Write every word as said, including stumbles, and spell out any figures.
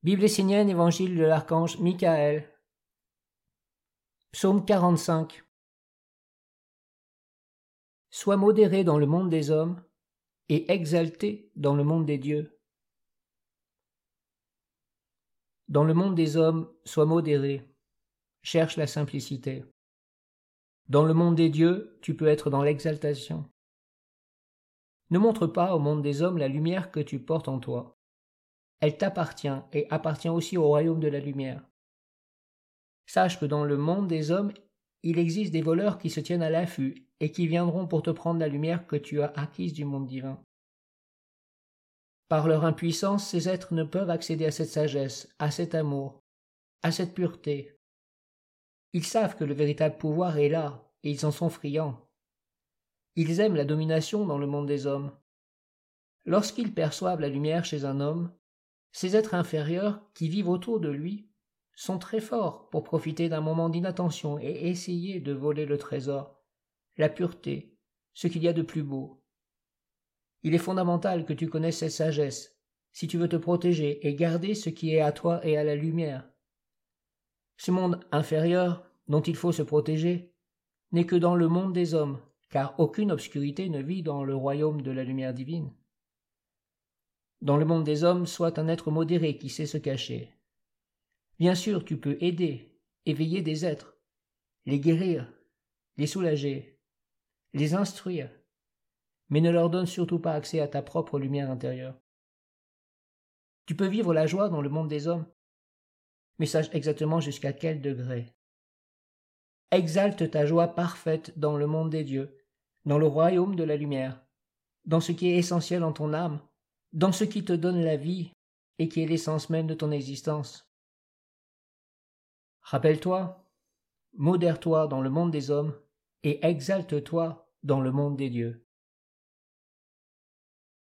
Bible essénienne, évangile de l'archange Michael. Psaume quarante-cinq. Sois modéré dans le monde des hommes et exalté dans le monde des dieux. Dans le monde des hommes, sois modéré, cherche la simplicité. Dans le monde des dieux, tu peux être dans l'exaltation. Ne montre pas au monde des hommes la lumière que tu portes en toi. Elle t'appartient et appartient aussi au royaume de la lumière. Sache que dans le monde des hommes, il existe des voleurs qui se tiennent à l'affût et qui viendront pour te prendre la lumière que tu as acquise du monde divin. Par leur impuissance, ces êtres ne peuvent accéder à cette sagesse, à cet amour, à cette pureté. Ils savent que le véritable pouvoir est là, et ils en sont friands. Ils aiment la domination dans le monde des hommes. Lorsqu'ils perçoivent la lumière chez un homme, ces êtres inférieurs qui vivent autour de lui sont très forts pour profiter d'un moment d'inattention et essayer de voler le trésor, la pureté, ce qu'il y a de plus beau. Il est fondamental que tu connaisses cette sagesse, si tu veux te protéger et garder ce qui est à toi et à la lumière. Ce monde inférieur, dont il faut se protéger, n'est que dans le monde des hommes, car aucune obscurité ne vit dans le royaume de la lumière divine. Dans le monde des hommes, sois un être modéré qui sait se cacher. Bien sûr, tu peux aider, éveiller des êtres, les guérir, les soulager, les instruire, mais ne leur donne surtout pas accès à ta propre lumière intérieure. Tu peux vivre la joie dans le monde des hommes, mais sache exactement jusqu'à quel degré. Exalte ta joie parfaite dans le monde des dieux, dans le royaume de la lumière, dans ce qui est essentiel en ton âme, dans ce qui te donne la vie et qui est l'essence même de ton existence. Rappelle-toi, modère-toi dans le monde des hommes et exalte-toi dans le monde des dieux.